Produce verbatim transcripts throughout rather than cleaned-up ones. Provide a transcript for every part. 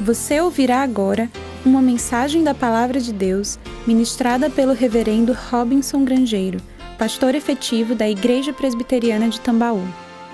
Você ouvirá agora uma mensagem da Palavra de Deus ministrada pelo reverendo Robinson Grangeiro, pastor efetivo da Igreja Presbiteriana de Tambaú.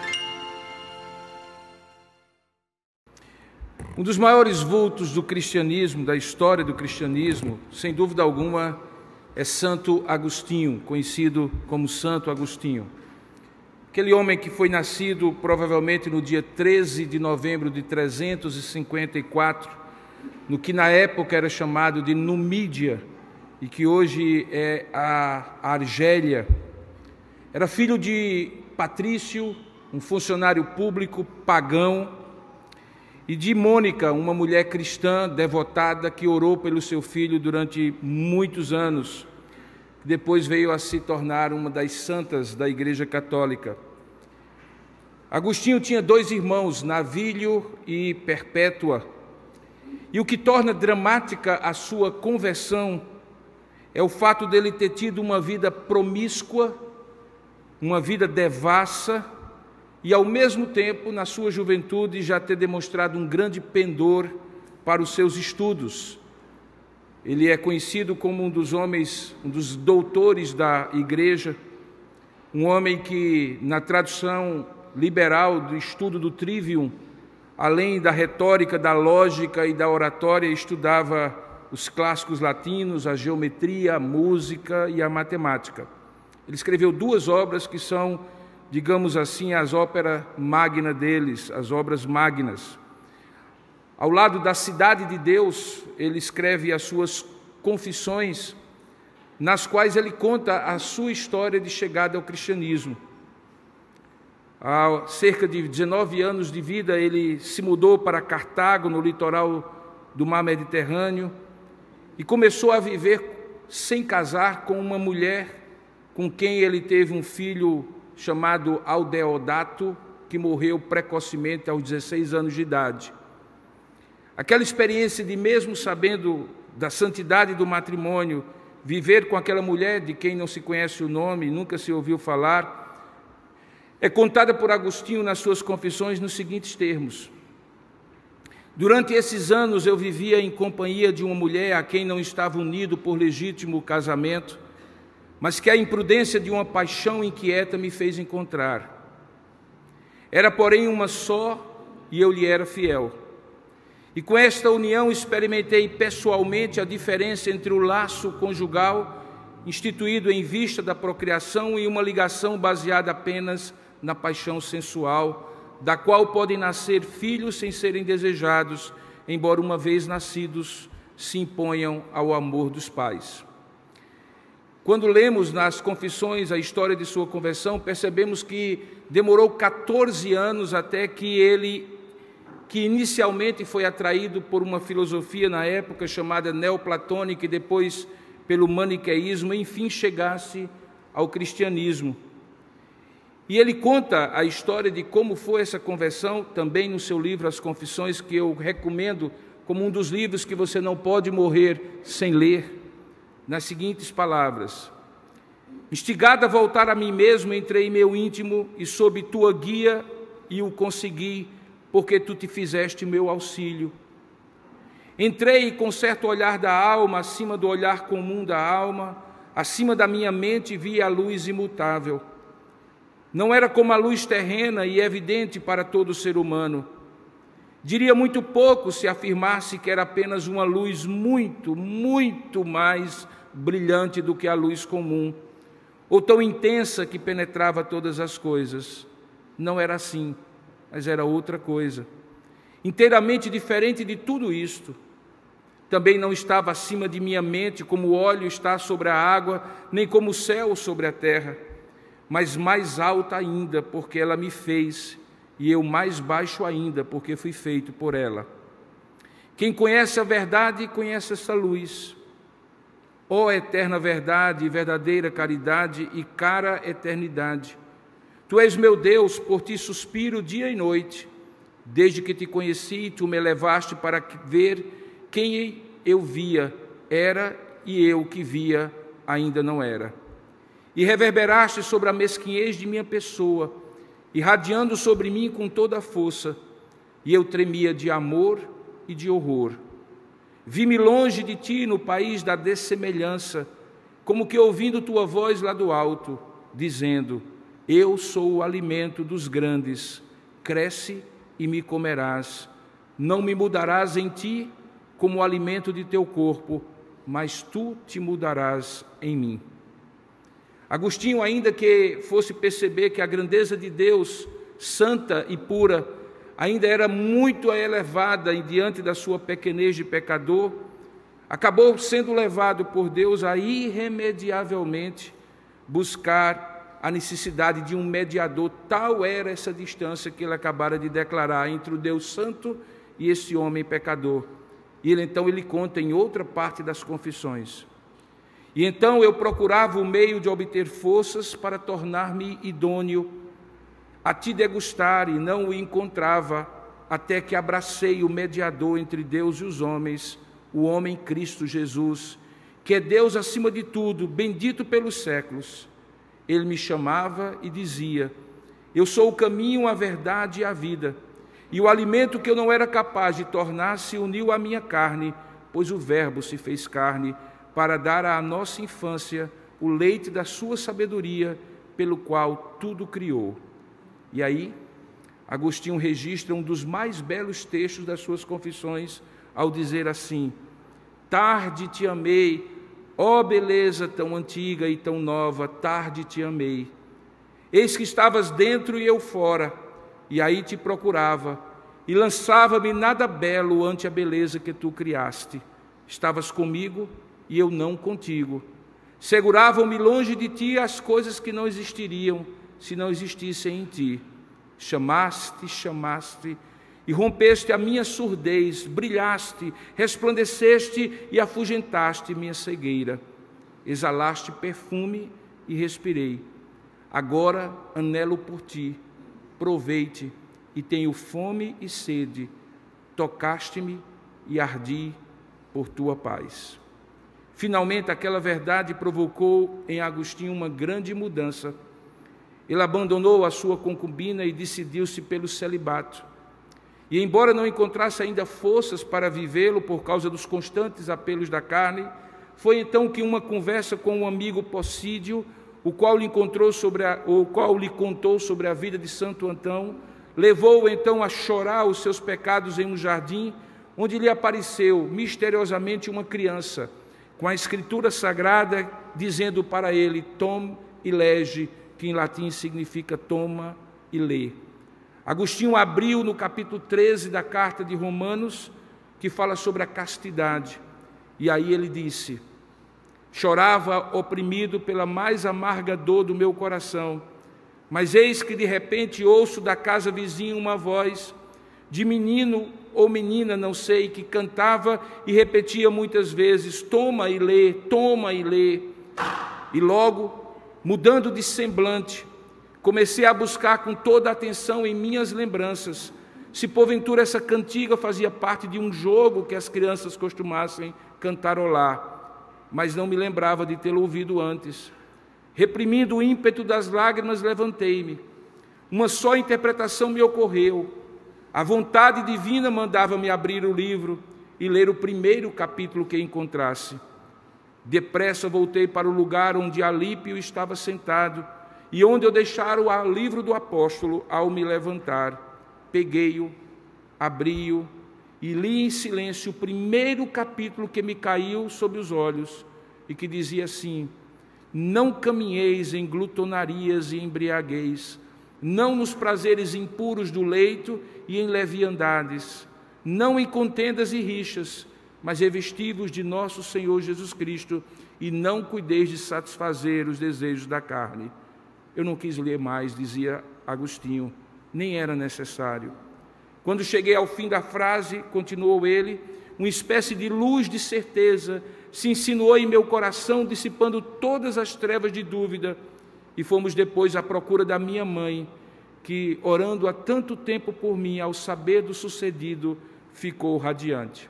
Um dos maiores vultos do cristianismo, da história do cristianismo, sem dúvida alguma, é Santo Agostinho, conhecido como Santo Agostinho. Aquele homem que foi nascido provavelmente no dia treze de novembro de trezentos e cinquenta e quatro, no que na época era chamado de Numídia e que hoje é a Argélia. Era filho de Patrício, um funcionário público pagão, e de Mônica, uma mulher cristã devotada que orou pelo seu filho durante muitos anos. Depois veio a se tornar uma das santas da Igreja Católica. Agostinho tinha dois irmãos, Navílio e Perpétua, e o que torna dramática a sua conversão é o fato dele ter tido uma vida promíscua, uma vida devassa, e ao mesmo tempo, na sua juventude, já ter demonstrado um grande pendor para os seus estudos. Ele é conhecido como um dos homens, um dos doutores da igreja, um homem que, na tradução liberal do estudo do Trivium, além da retórica, da lógica e da oratória, estudava os clássicos latinos, a geometria, a música e a matemática. Ele escreveu duas obras que são, digamos assim, as óperas magna deles, as obras magnas. Ao lado da Cidade de Deus, ele escreve as suas confissões, nas quais ele conta a sua história de chegada ao cristianismo. Há cerca de dezenove anos de vida, ele se mudou para Cartago, no litoral do mar Mediterrâneo, e começou a viver sem casar com uma mulher com quem ele teve um filho chamado Aldeodato, que morreu precocemente aos dezesseis anos de idade. Aquela experiência de, mesmo sabendo da santidade do matrimônio, viver com aquela mulher de quem não se conhece o nome, nunca se ouviu falar, é contada por Agostinho nas suas confissões nos seguintes termos: durante esses anos eu vivia em companhia de uma mulher a quem não estava unido por legítimo casamento, mas que a imprudência de uma paixão inquieta me fez encontrar. Era, porém, uma só e eu lhe era fiel. E com esta união experimentei pessoalmente a diferença entre o laço conjugal, instituído em vista da procriação, e uma ligação baseada apenas na paixão sensual, da qual podem nascer filhos sem serem desejados, embora uma vez nascidos se imponham ao amor dos pais. Quando lemos nas confissões a história de sua conversão, percebemos que demorou catorze anos até que ele, que inicialmente foi atraído por uma filosofia na época chamada neoplatônica e depois pelo maniqueísmo, enfim chegasse ao cristianismo. E ele conta a história de como foi essa conversão, também no seu livro As Confissões, que eu recomendo como um dos livros que você não pode morrer sem ler, nas seguintes palavras: instigado a voltar a mim mesmo, entrei em meu íntimo e sob tua guia e o consegui, porque tu te fizeste meu auxílio. Entrei com certo olhar da alma, acima do olhar comum da alma, acima da minha mente vi a luz imutável. Não era como a luz terrena e evidente para todo ser humano. Diria muito pouco se afirmasse que era apenas uma luz muito, muito mais brilhante do que a luz comum, ou tão intensa que penetrava todas as coisas. Não era assim, mas era outra coisa, inteiramente diferente de tudo isto. Também não estava acima de minha mente, como o óleo está sobre a água, nem como o céu sobre a terra, mas mais alta ainda, porque ela me fez, e eu mais baixo ainda, porque fui feito por ela. Quem conhece a verdade, conhece essa luz. Ó eterna verdade, verdadeira caridade e cara eternidade, tu és meu Deus, por ti suspiro dia e noite. Desde que te conheci, tu me levaste para ver quem eu via era e eu que via ainda não era. E reverberaste sobre a mesquinhez de minha pessoa, irradiando sobre mim com toda a força, e eu tremia de amor e de horror. Vi-me longe de ti no país da dessemelhança, como que ouvindo tua voz lá do alto, dizendo: eu sou o alimento dos grandes, cresce e me comerás. Não me mudarás em ti como o alimento de teu corpo, mas tu te mudarás em mim. Agostinho, ainda que fosse perceber que a grandeza de Deus, santa e pura, ainda era muito elevada e diante da sua pequenez de pecador, acabou sendo levado por Deus a irremediavelmente buscar a necessidade de um mediador. Tal era essa distância que ele acabara de declarar entre o Deus santo e esse homem pecador. E ele, então ele conta em outra parte das Confissões: e então eu procurava o meio de obter forças para tornar-me idôneo a te degustar, e não o encontrava, até que abracei o mediador entre Deus e os homens, o homem Cristo Jesus, que é Deus acima de tudo, bendito pelos séculos. Ele me chamava e dizia: eu sou o caminho, a verdade e a vida. E o alimento que eu não era capaz de tornar se uniu à minha carne, pois o Verbo se fez carne, para dar à nossa infância o leite da sua sabedoria, pelo qual tudo criou. E aí, Agostinho registra um dos mais belos textos das suas Confissões, ao dizer assim: tarde te amei, ó beleza tão antiga e tão nova, tarde te amei. Eis que estavas dentro e eu fora, e aí te procurava, e lançava-me nada belo ante a beleza que tu criaste. Estavas comigo e eu não contigo. Seguravam-me longe de ti as coisas que não existiriam, se não existissem em ti. Chamaste, chamaste, e rompeste a minha surdez, brilhaste, resplandeceste e afugentaste minha cegueira. Exalaste perfume e respirei. Agora anelo por ti, provei-te e tenho fome e sede. Tocaste-me e ardi por tua paz. Finalmente, aquela verdade provocou em Agostinho uma grande mudança. Ele abandonou a sua concubina e decidiu-se pelo celibato. E, embora não encontrasse ainda forças para vivê-lo por causa dos constantes apelos da carne, foi então que uma conversa com um amigo Possídio, o qual lhe, encontrou sobre a, o qual lhe contou sobre a vida de Santo Antão, levou-o então a chorar os seus pecados em um jardim, onde lhe apareceu misteriosamente uma criança, com a escritura sagrada, dizendo para ele: tom e lege, que em latim significa toma e lê. Agostinho abriu no capítulo treze da carta de Romanos, que fala sobre a castidade, e aí ele disse: chorava oprimido pela mais amarga dor do meu coração, mas eis que de repente ouço da casa vizinha uma voz de menino ou menina, não sei, que cantava e repetia muitas vezes: toma e lê, toma e lê. E logo, mudando de semblante, comecei a buscar com toda a atenção em minhas lembranças se porventura essa cantiga fazia parte de um jogo que as crianças costumassem cantarolar, mas não me lembrava de tê-lo ouvido antes. Reprimindo o ímpeto das lágrimas, levantei-me. Uma só interpretação me ocorreu. A vontade divina mandava-me abrir o livro e ler o primeiro capítulo que encontrasse. Depressa voltei para o lugar onde Alípio estava sentado e onde eu deixara o livro do apóstolo ao me levantar. Peguei-o, abri-o e li em silêncio o primeiro capítulo que me caiu sob os olhos e que dizia assim: não caminheis em glutonarias e embriaguez, não nos prazeres impuros do leito e em leviandades, não em contendas e rixas, mas revesti-vos de nosso Senhor Jesus Cristo e não cuideis de satisfazer os desejos da carne. Eu não quis ler mais, dizia Agostinho, nem era necessário. Quando cheguei ao fim da frase, continuou ele, uma espécie de luz de certeza se insinuou em meu coração, dissipando todas as trevas de dúvida, e fomos depois à procura da minha mãe, que, orando há tanto tempo por mim, ao saber do sucedido, ficou radiante.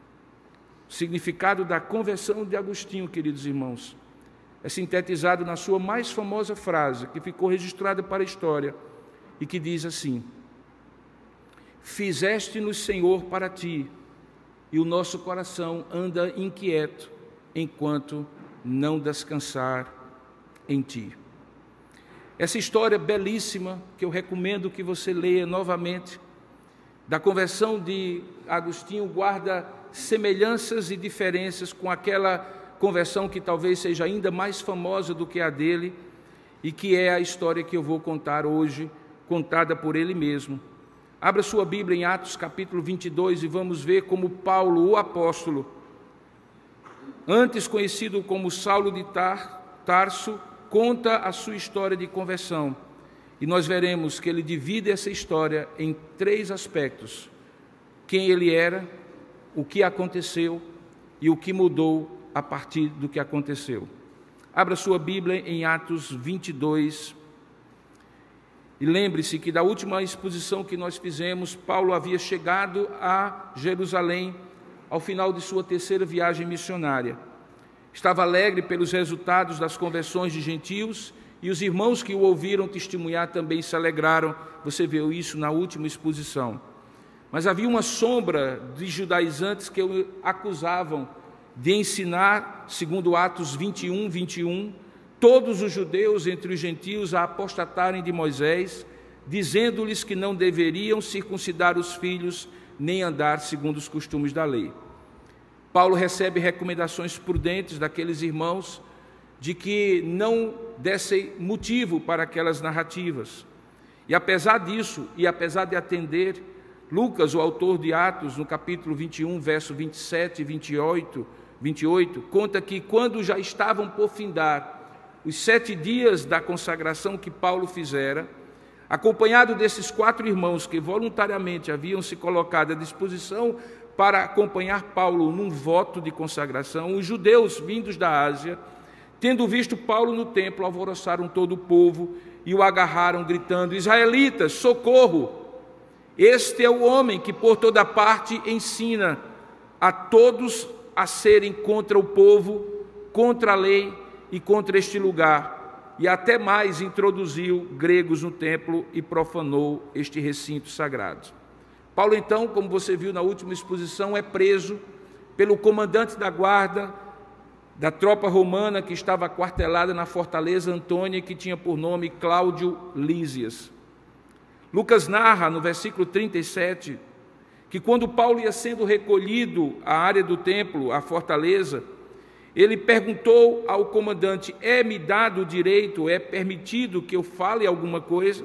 O significado da conversão de Agostinho, queridos irmãos, é sintetizado na sua mais famosa frase, que ficou registrada para a história, e que diz assim: fizeste-nos, Senhor, para ti, e o nosso coração anda inquieto enquanto não descansar em Ti. Essa história belíssima, que eu recomendo que você leia novamente, da conversão de Agostinho, guarda semelhanças e diferenças com aquela conversão que talvez seja ainda mais famosa do que a dele, e que é a história que eu vou contar hoje, contada por ele mesmo. Abra sua Bíblia em Atos capítulo vinte e dois e vamos ver como Paulo, o apóstolo, antes conhecido como Saulo de Tar, Tarso, conta a sua história de conversão. E nós veremos que ele divide essa história em três aspectos: quem ele era, o que aconteceu e o que mudou a partir do que aconteceu. Abra sua Bíblia em Atos vinte e dois. E lembre-se que da última exposição que nós fizemos, Paulo havia chegado a Jerusalém ao final de sua terceira viagem missionária. Estava alegre pelos resultados das conversões de gentios, e os irmãos que o ouviram testemunhar também se alegraram. Você viu isso na última exposição. Mas havia uma sombra de judaizantes que o acusavam de ensinar, segundo Atos vinte e um, vinte e um, todos os judeus entre os gentios a apostatarem de Moisés, dizendo-lhes que não deveriam circuncidar os filhos, nem andar segundo os costumes da lei. Paulo recebe recomendações prudentes daqueles irmãos de que não dessem motivo para aquelas narrativas. E apesar disso, e apesar de atender, Lucas, o autor de Atos, no capítulo vinte e um, verso vinte e sete e vinte e oito, vinte e oito, conta que quando já estavam por findar os sete dias da consagração que Paulo fizera, acompanhado desses quatro irmãos que voluntariamente haviam se colocado à disposição para acompanhar Paulo num voto de consagração, os judeus vindos da Ásia, tendo visto Paulo no templo, alvoroçaram todo o povo e o agarraram, gritando: israelitas, socorro! Este é o homem que por toda parte ensina a todos a serem contra o povo, contra a lei e contra este lugar, e até mais introduziu gregos no templo e profanou este recinto sagrado. Paulo, então, como você viu na última exposição, é preso pelo comandante da guarda da tropa romana que estava aquartelada na fortaleza Antônia, que tinha por nome Cláudio Lísias. Lucas narra, no versículo trinta e sete, que quando Paulo ia sendo recolhido à área do templo, à fortaleza, ele perguntou ao comandante: é-me dado o direito, é permitido que eu fale alguma coisa?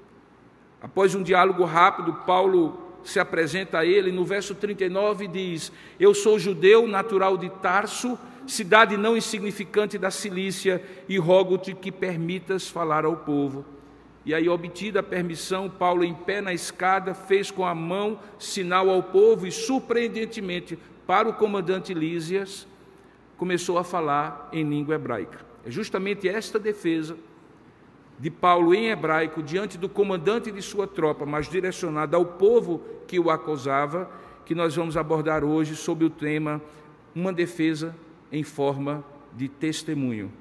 Após um diálogo rápido, Paulo se apresenta a ele, no verso trinta e nove diz: eu sou judeu, natural de Tarso, cidade não insignificante da Cilícia, e rogo-te que permitas falar ao povo. E aí, obtida a permissão, Paulo, em pé na escada, fez com a mão sinal ao povo e, surpreendentemente, para o comandante Lísias, começou a falar em língua hebraica. É justamente esta defesa de Paulo em hebraico, diante do comandante de sua tropa, mas direcionada ao povo que o acusava, que nós vamos abordar hoje sob o tema uma defesa em forma de testemunho.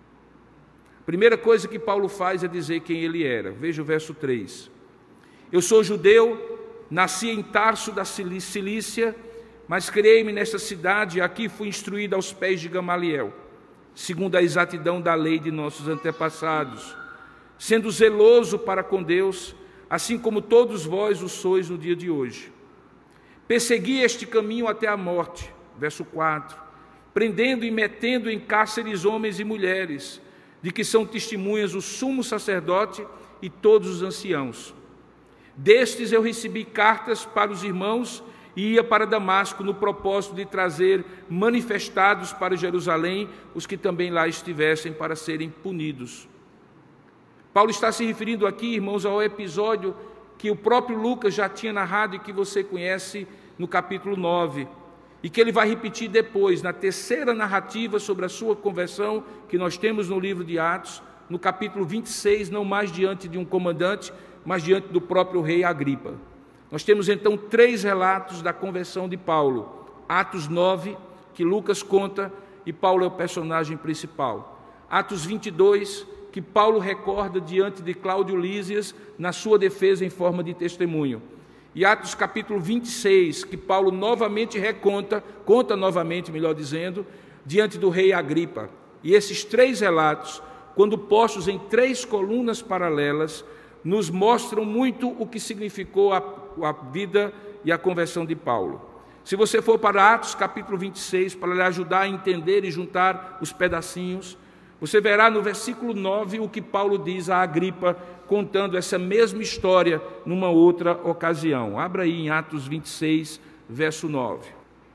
A primeira coisa que Paulo faz é dizer quem ele era. Veja o verso três. Eu sou judeu, nasci em Tarso da Cilícia, mas criei-me nesta cidade e aqui fui instruído aos pés de Gamaliel, segundo a exatidão da lei de nossos antepassados, sendo zeloso para com Deus, assim como todos vós o sois no dia de hoje. Persegui este caminho até a morte, verso quatro, prendendo e metendo em cárceres homens e mulheres, de que são testemunhas o sumo sacerdote e todos os anciãos. Destes eu recebi cartas para os irmãos e ia para Damasco no propósito de trazer manifestados para Jerusalém os que também lá estivessem para serem punidos. Paulo está se referindo aqui, irmãos, ao episódio que o próprio Lucas já tinha narrado e que você conhece no capítulo nove, e que ele vai repetir depois, na terceira narrativa sobre a sua conversão, que nós temos no livro de Atos, no capítulo vinte e seis, não mais diante de um comandante, mas diante do próprio rei Agripa. Nós temos então três relatos da conversão de Paulo. Atos nove, que Lucas conta, e Paulo é o personagem principal. Atos vinte e dois, que Paulo recorda diante de Cláudio Lísias na sua defesa em forma de testemunho. e Atos capítulo vinte e seis, que Paulo novamente reconta, conta novamente, melhor dizendo, diante do rei Agripa. E esses três relatos, quando postos em três colunas paralelas, nos mostram muito o que significou a, a vida e a conversão de Paulo. Se você for para Atos capítulo vinte e seis, para lhe ajudar a entender e juntar os pedacinhos, você verá no versículo nove o que Paulo diz a Agripa, contando essa mesma história numa outra ocasião. Abra aí em Atos vinte e seis, verso nove.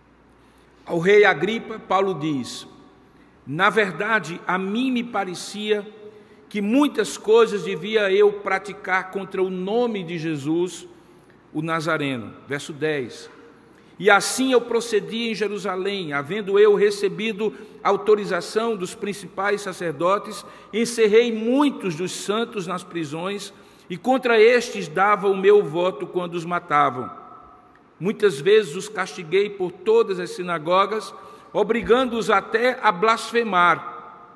Ao rei Agripa, Paulo diz: na verdade, a mim me parecia que muitas coisas devia eu praticar contra o nome de Jesus, o Nazareno. Verso dez. E assim eu procedi em Jerusalém, havendo eu recebido autorização dos principais sacerdotes, encerrei muitos dos santos nas prisões, e contra estes dava o meu voto quando os matavam. Muitas vezes os castiguei por todas as sinagogas, obrigando-os até a blasfemar.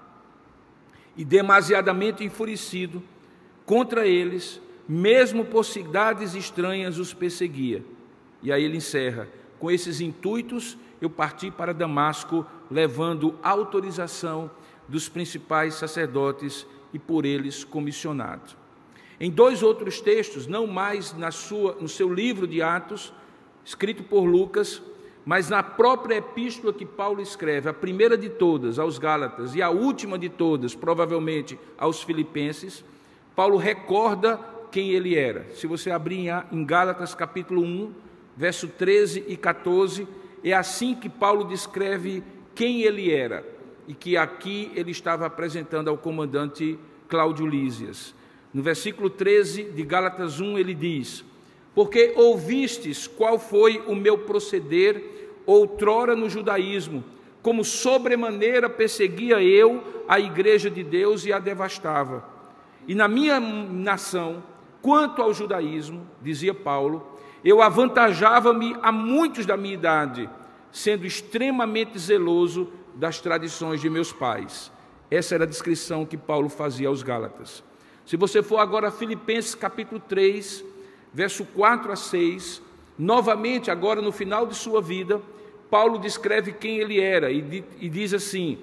E demasiadamente enfurecido contra eles, mesmo por cidades estranhas os perseguia. E aí ele encerra: com esses intuitos eu parti para Damasco, levando autorização dos principais sacerdotes e por eles comissionado. Em dois outros textos, não mais na sua, no seu livro de Atos, escrito por Lucas, mas na própria epístola que Paulo escreve, a primeira de todas aos Gálatas e a última de todas, provavelmente, aos Filipenses, Paulo recorda quem ele era. Se você abrir em Gálatas capítulo um, verso treze e quatorze, é assim que Paulo descreve quem ele era, e que aqui ele estava apresentando ao comandante Cláudio Lísias. No versículo treze de Gálatas um, ele diz: porque ouvistes qual foi o meu proceder outrora no judaísmo, como sobremaneira perseguia eu a igreja de Deus e a devastava. E na minha nação, quanto ao judaísmo, dizia Paulo, eu avantajava-me a muitos da minha idade, sendo extremamente zeloso das tradições de meus pais. Essa era a descrição que Paulo fazia aos Gálatas. Se você for agora a Filipenses capítulo três, verso quatro a seis, novamente, agora no final de sua vida, Paulo descreve quem ele era e, e diz assim,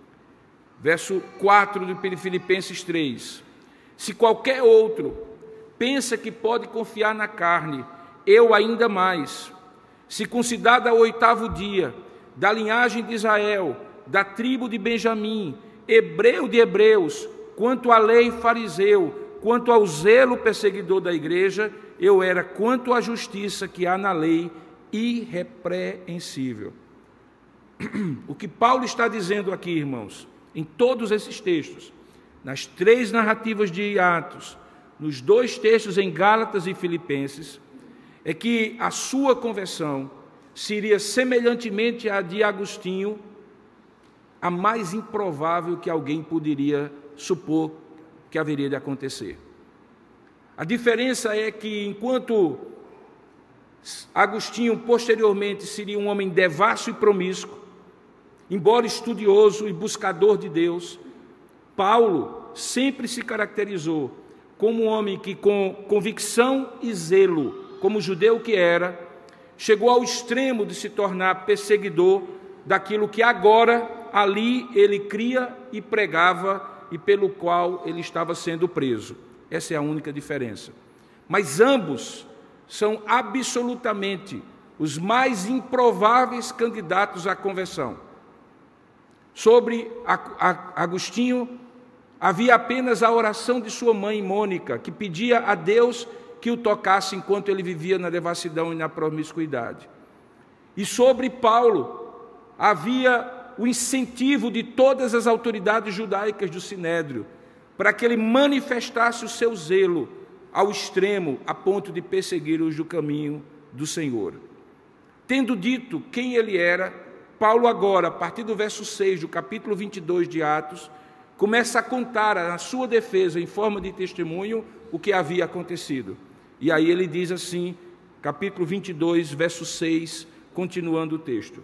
verso quatro de Filipenses três: se qualquer outro pensa que pode confiar na carne, eu ainda mais. Circuncidado ao oitavo dia, da linhagem de Israel, da tribo de Benjamim, hebreu de hebreus, quanto à lei fariseu, quanto ao zelo perseguidor da igreja, eu era, quanto à justiça que há na lei, irrepreensível. O que Paulo está dizendo aqui, irmãos, em todos esses textos, nas três narrativas de Atos, nos dois textos em Gálatas e Filipenses, é que a sua conversão seria semelhantemente à de Agostinho, a mais improvável que alguém poderia supor que haveria de acontecer. A diferença é que, enquanto Agostinho posteriormente seria um homem devasso e promíscuo, embora estudioso e buscador de Deus, Paulo sempre se caracterizou como um homem que, com convicção e zelo, como judeu que era, chegou ao extremo de se tornar perseguidor daquilo que agora ali ele cria e pregava e pelo qual ele estava sendo preso. Essa é a única diferença. Mas ambos são absolutamente os mais improváveis candidatos à conversão. Sobre Agostinho, havia apenas a oração de sua mãe, Mônica, que pedia a Deus que o tocasse enquanto ele vivia na devassidão e na promiscuidade. E sobre Paulo, havia o incentivo de todas as autoridades judaicas do Sinédrio, para que ele manifestasse o seu zelo ao extremo, a ponto de persegui-los do caminho do Senhor. Tendo dito quem ele era, Paulo agora, a partir do verso seis do capítulo vinte e dois de Atos, começa a contar a sua defesa em forma de testemunho o que havia acontecido. E aí ele diz assim, capítulo vinte e dois, verso seis, continuando o texto.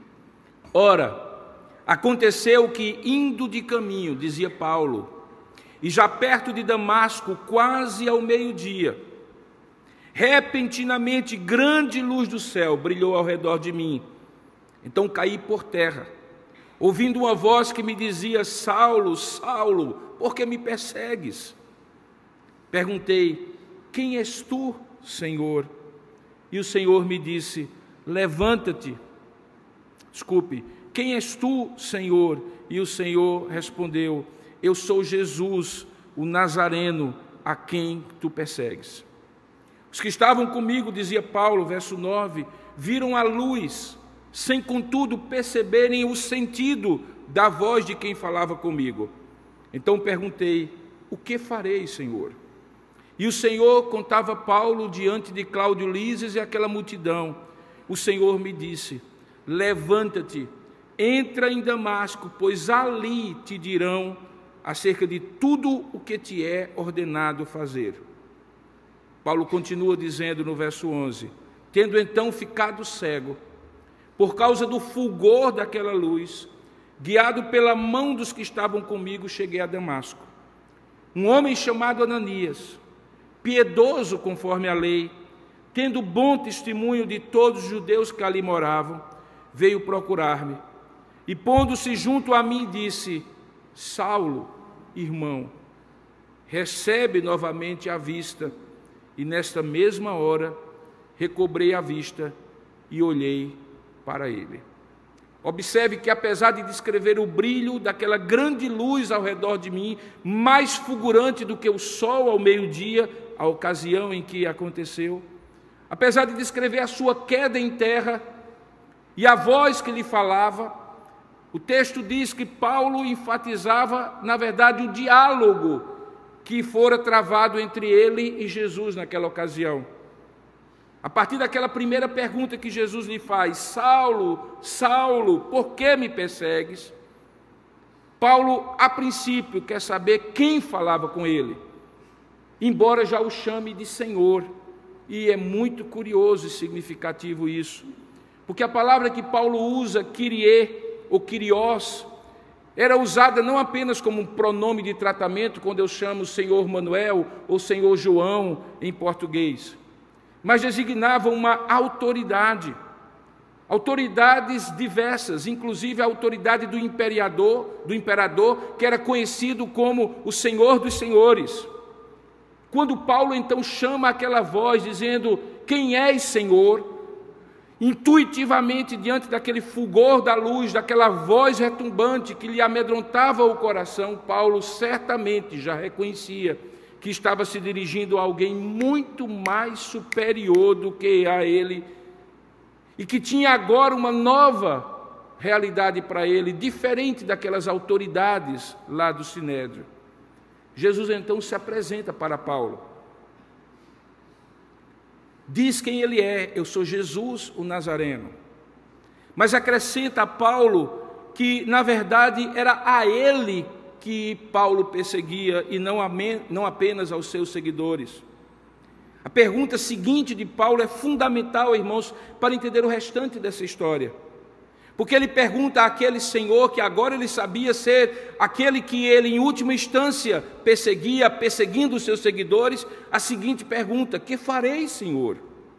Ora, aconteceu que, indo de caminho, dizia Paulo, E já perto de Damasco, quase ao meio-dia, repentinamente grande luz do céu brilhou ao redor de mim. Então caí por terra, ouvindo uma voz que me dizia: Saulo, Saulo, por que me persegues? Perguntei: quem és tu, Senhor? E o Senhor me disse: levanta-te. Desculpe, quem és tu, Senhor? E o Senhor respondeu: eu sou Jesus, o Nazareno, a quem tu persegues. Os que estavam comigo, dizia Paulo, verso nove, viram a luz, sem contudo perceberem o sentido da voz de quem falava comigo. Então perguntei: o que farei, Senhor? E o Senhor contava Paulo diante de Cláudio Lísias e aquela multidão. O Senhor me disse: levanta-te, entra em Damasco, pois ali te dirão acerca de tudo o que te é ordenado fazer. Paulo continua dizendo no verso onze: tendo então ficado cego, por causa do fulgor daquela luz, guiado pela mão dos que estavam comigo, cheguei a Damasco. Um homem chamado Ananias, piedoso conforme a lei, tendo bom testemunho de todos os judeus que ali moravam, veio procurar-me. E pondo-se junto a mim, disse: Saulo, irmão, recebe novamente a vista. E nesta mesma hora recobrei a vista e olhei para ele. Observe que, apesar de descrever o brilho daquela grande luz ao redor de mim, mais fulgurante do que o sol ao meio-dia, a ocasião em que aconteceu, apesar de descrever a sua queda em terra e a voz que lhe falava, o texto diz que Paulo enfatizava, na verdade, o diálogo que fora travado entre ele e Jesus naquela ocasião. A partir daquela primeira pergunta que Jesus lhe faz: Saulo, Saulo, por que me persegues? Paulo, a princípio, quer saber quem falava com ele, embora já o chame de Senhor. E é muito curioso e significativo isso, porque a palavra que Paulo usa, Kyrie ou Kyrios, era usada não apenas como um pronome de tratamento, quando eu chamo Senhor Manuel ou Senhor João em português, mas designava uma autoridade, autoridades diversas, inclusive a autoridade do imperador, do imperador, que era conhecido como o Senhor dos Senhores. Quando Paulo então chama aquela voz dizendo: quem és, Senhor? Intuitivamente, diante daquele fulgor da luz, daquela voz retumbante que lhe amedrontava o coração, Paulo certamente já reconhecia que estava se dirigindo a alguém muito mais superior do que a ele, e que tinha agora uma nova realidade para ele, diferente daquelas autoridades lá do Sinédrio. Jesus então se apresenta para Paulo. Diz quem ele é: eu sou Jesus, o Nazareno. Mas acrescenta a Paulo que, na verdade, era a ele que Paulo perseguia e não, a me, não apenas aos seus seguidores. A pergunta seguinte de Paulo é fundamental, irmãos, para entender o restante dessa história. Porque ele pergunta àquele Senhor, que agora ele sabia ser aquele que ele, em última instância, perseguia, perseguindo os seus seguidores, a seguinte pergunta: que farei, Senhor?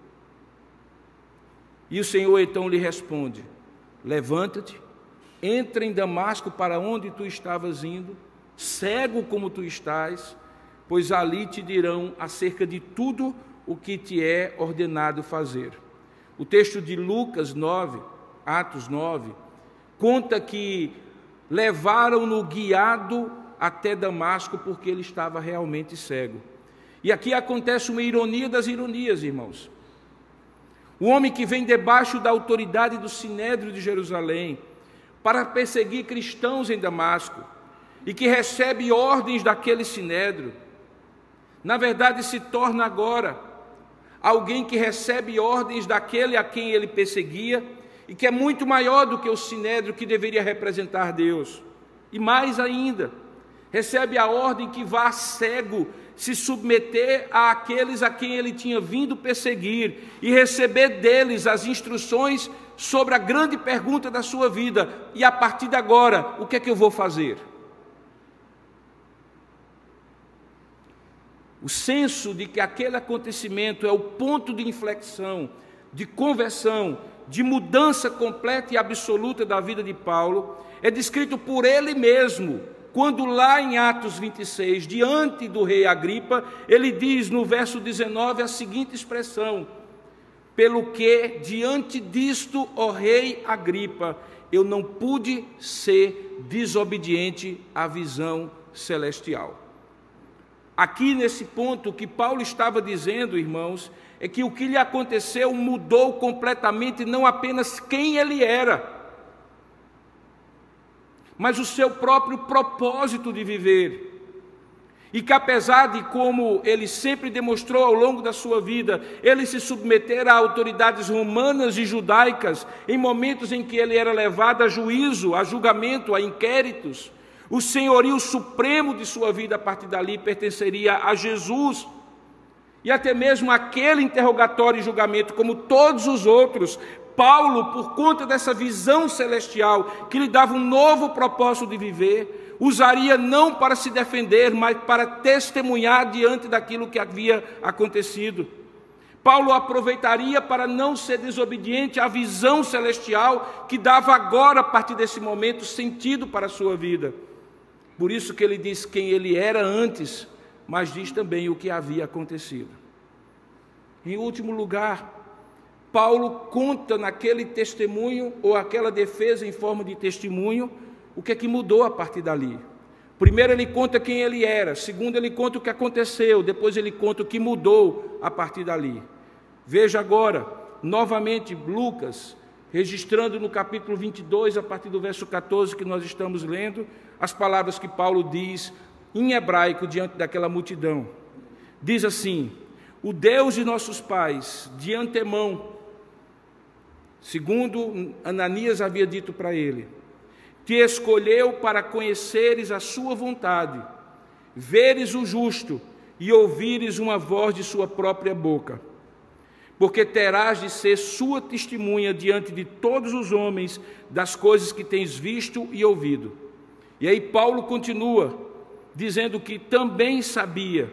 E o Senhor então lhe responde: levanta-te, entra em Damasco, para onde tu estavas indo, cego como tu estás, pois ali te dirão acerca de tudo o que te é ordenado fazer. O texto de Lucas nove, Atos nove, conta que levaram-no guiado até Damasco, porque ele estava realmente cego. E aqui acontece uma ironia das ironias, irmãos. O homem que vem debaixo da autoridade do Sinédrio de Jerusalém para perseguir cristãos em Damasco, e que recebe ordens daquele Sinédrio, na verdade se torna agora alguém que recebe ordens daquele a quem ele perseguia, e que é muito maior do que o Sinédrio, que deveria representar Deus. E mais ainda, recebe a ordem que vá cego se submeter àqueles a quem ele tinha vindo perseguir e receber deles as instruções sobre a grande pergunta da sua vida: e a partir de agora, o que é que eu vou fazer? o senso de que aquele acontecimento é o ponto de inflexão, de conversão, de mudança completa e absoluta da vida de Paulo, é descrito por ele mesmo, quando lá em Atos vinte e seis, diante do rei Agripa, ele diz no verso dezenove a seguinte expressão: pelo que, diante disto, ó rei Agripa, eu não pude ser desobediente à visão celestial. Aqui nesse ponto, o que Paulo estava dizendo, irmãos, é que o que lhe aconteceu mudou completamente não apenas quem ele era, mas o seu próprio propósito de viver. E que apesar de, como ele sempre demonstrou ao longo da sua vida, ele se submeter a autoridades romanas e judaicas, em momentos em que ele era levado a juízo, a julgamento, a inquéritos, o senhorio supremo de sua vida a partir dali pertenceria a Jesus. E até mesmo aquele interrogatório e julgamento, como todos os outros, Paulo, por conta dessa visão celestial que lhe dava um novo propósito de viver, usaria não para se defender, mas para testemunhar diante daquilo que havia acontecido. Paulo aproveitaria para não ser desobediente à visão celestial que dava agora, a partir desse momento, sentido para a sua vida. Por isso que ele diz quem ele era antes, mas diz também o que havia acontecido. Em último lugar, Paulo conta naquele testemunho, ou aquela defesa em forma de testemunho, o que é que mudou a partir dali. Primeiro ele conta quem ele era, segundo ele conta o que aconteceu, depois ele conta o que mudou a partir dali. Veja agora, novamente, Lucas, registrando no capítulo vinte e dois, a partir do verso catorze que nós estamos lendo, as palavras que Paulo diz em hebraico diante daquela multidão. Diz assim: o Deus de nossos pais, de antemão, segundo Ananias havia dito para ele, te escolheu para conheceres a sua vontade, veres o justo e ouvires uma voz de sua própria boca, porque terás de ser sua testemunha diante de todos os homens das coisas que tens visto e ouvido. E aí Paulo continua dizendo que também sabia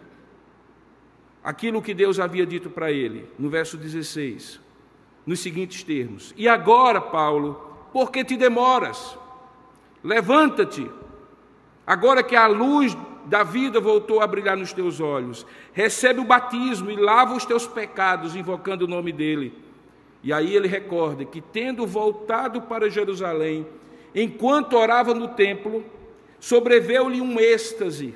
aquilo que Deus havia dito para ele, no verso dezesseis, nos seguintes termos: e agora, Paulo, por que te demoras? Levanta-te, agora que a luz da vida voltou a brilhar nos teus olhos, recebe o batismo e lava os teus pecados, invocando o nome dele. E aí ele recorda que, tendo voltado para Jerusalém, enquanto orava no templo, sobreveu-lhe um êxtase,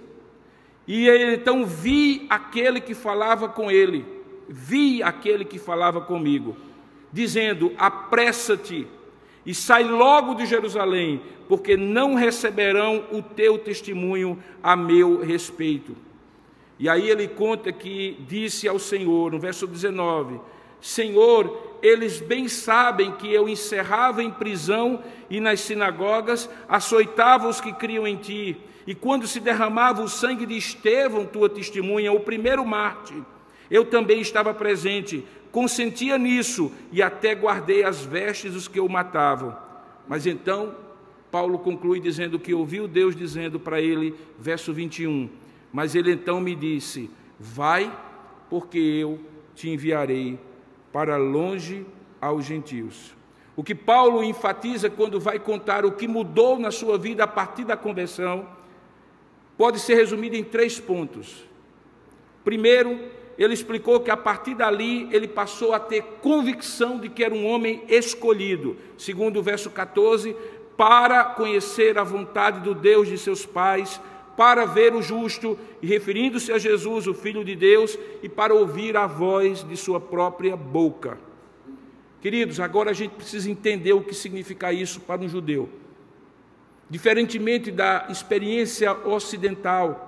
e ele então vi aquele que falava com ele, vi aquele que falava comigo, dizendo: apressa-te e sai logo de Jerusalém, porque não receberão o teu testemunho a meu respeito. E aí ele conta que disse ao Senhor, no verso dezenove: Senhor, eles bem sabem que eu encerrava em prisão e nas sinagogas, açoitava os que criam em ti, e quando se derramava o sangue de Estevão, tua testemunha, o primeiro mártir, eu também estava presente, consentia nisso e até guardei as vestes dos que o matavam. Mas então Paulo conclui dizendo que ouviu Deus dizendo para ele, verso vinte e um, mas ele então me disse: vai, porque eu te enviarei para longe aos gentios. O que Paulo enfatiza quando vai contar o que mudou na sua vida a partir da conversão, pode ser resumido em três pontos. Primeiro, ele explicou que a partir dali ele passou a ter convicção de que era um homem escolhido, segundo o verso catorze, para conhecer a vontade do Deus de seus pais, para ver o justo, e referindo-se a Jesus, o Filho de Deus, e para ouvir a voz de sua própria boca. Queridos, agora a gente precisa entender o que significa isso para um judeu. Diferentemente da experiência ocidental,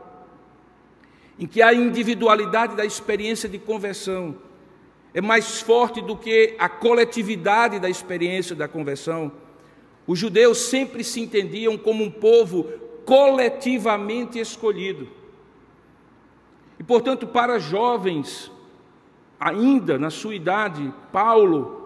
em que a individualidade da experiência de conversão é mais forte do que a coletividade da experiência da conversão, os judeus sempre se entendiam como um povo coletivamente escolhido. E, portanto, para jovens, ainda na sua idade, Paulo,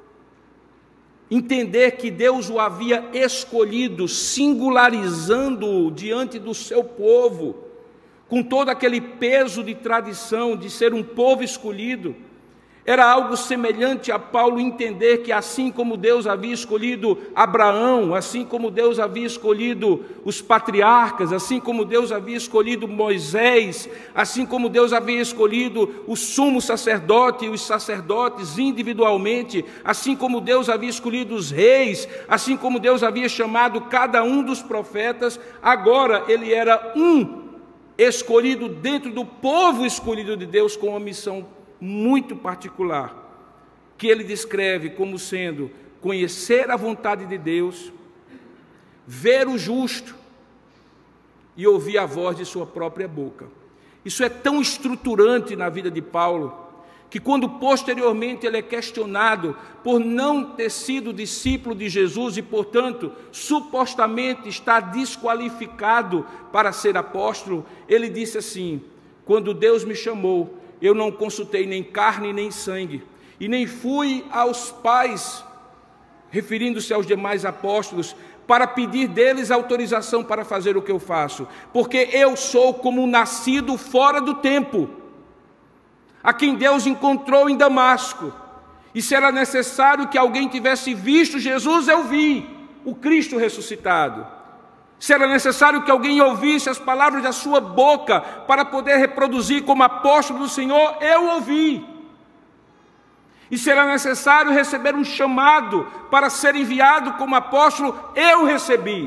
entender que Deus o havia escolhido, singularizando-o diante do seu povo, com todo aquele peso de tradição, de ser um povo escolhido. Era algo semelhante a Paulo entender que assim como Deus havia escolhido Abraão, assim como Deus havia escolhido os patriarcas, assim como Deus havia escolhido Moisés, assim como Deus havia escolhido o sumo sacerdote e os sacerdotes individualmente, assim como Deus havia escolhido os reis, assim como Deus havia chamado cada um dos profetas, agora ele era um escolhido dentro do povo escolhido de Deus com uma missão muito particular, que ele descreve como sendo conhecer a vontade de Deus, ver o justo e ouvir a voz de sua própria boca. Isso é tão estruturante na vida de Paulo, que quando posteriormente ele é questionado por não ter sido discípulo de Jesus e, portanto, supostamente está desqualificado para ser apóstolo, ele disse assim: quando Deus me chamou, eu não consultei nem carne nem sangue, e nem fui aos pais, referindo-se aos demais apóstolos, para pedir deles autorização para fazer o que eu faço, porque eu sou como um nascido fora do tempo, a quem Deus encontrou em Damasco, e se era necessário que alguém tivesse visto Jesus, eu vi o Cristo ressuscitado. Se era necessário que alguém ouvisse as palavras da sua boca para poder reproduzir como apóstolo do Senhor, eu ouvi. E se era necessário receber um chamado para ser enviado como apóstolo, eu recebi.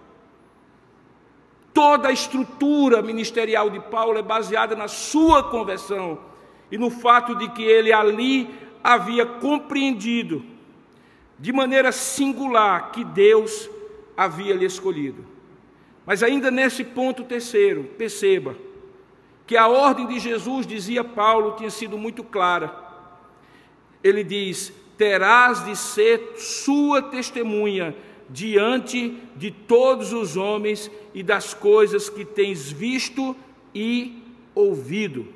Toda a estrutura ministerial de Paulo é baseada na sua conversão e no fato de que ele ali havia compreendido de maneira singular que Deus havia lhe escolhido. Mas ainda nesse ponto terceiro, perceba que a ordem de Jesus, dizia Paulo, tinha sido muito clara. Ele diz: terás de ser sua testemunha diante de todos os homens e das coisas que tens visto e ouvido.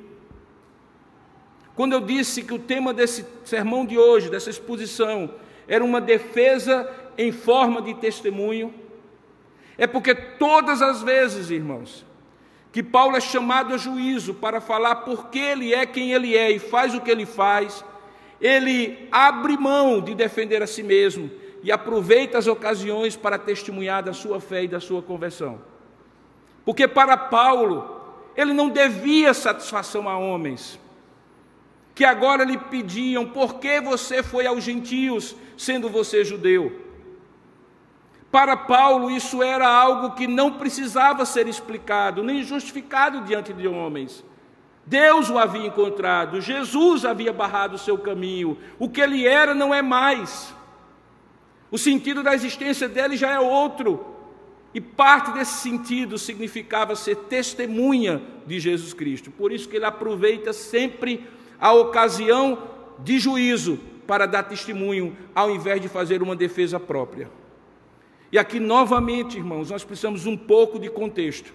Quando eu disse que o tema desse sermão de hoje, dessa exposição, era uma defesa em forma de testemunho, é porque todas as vezes, irmãos, que Paulo é chamado a juízo para falar por que ele é quem ele é e faz o que ele faz, ele abre mão de defender a si mesmo e aproveita as ocasiões para testemunhar da sua fé e da sua conversão. Porque para Paulo, ele não devia satisfação a homens, que agora lhe pediam: por que você foi aos gentios, sendo você judeu? Para Paulo, isso era algo que não precisava ser explicado, nem justificado diante de homens. Deus o havia encontrado, Jesus havia barrado o seu caminho, o que ele era não é mais. O sentido da existência dele já é outro, e parte desse sentido significava ser testemunha de Jesus Cristo. Por isso que ele aproveita sempre a ocasião de juízo para dar testemunho, ao invés de fazer uma defesa própria. E aqui, novamente, irmãos, nós precisamos um pouco de contexto.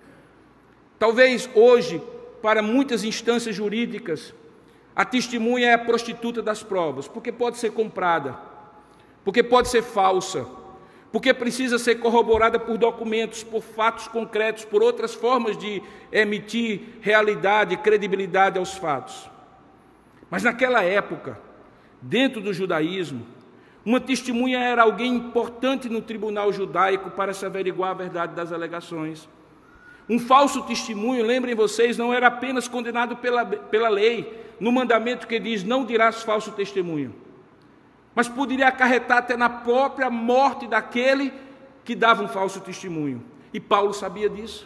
Talvez hoje, para muitas instâncias jurídicas, a testemunha é a prostituta das provas, porque pode ser comprada, porque pode ser falsa, porque precisa ser corroborada por documentos, por fatos concretos, por outras formas de emitir realidade e credibilidade aos fatos. Mas naquela época, dentro do judaísmo, uma testemunha era alguém importante no tribunal judaico para se averiguar a verdade das alegações. Um falso testemunho, lembrem vocês, não era apenas condenado pela, pela lei, no mandamento que diz: não dirás falso testemunho, mas poderia acarretar até na própria morte daquele que dava um falso testemunho. E Paulo sabia disso.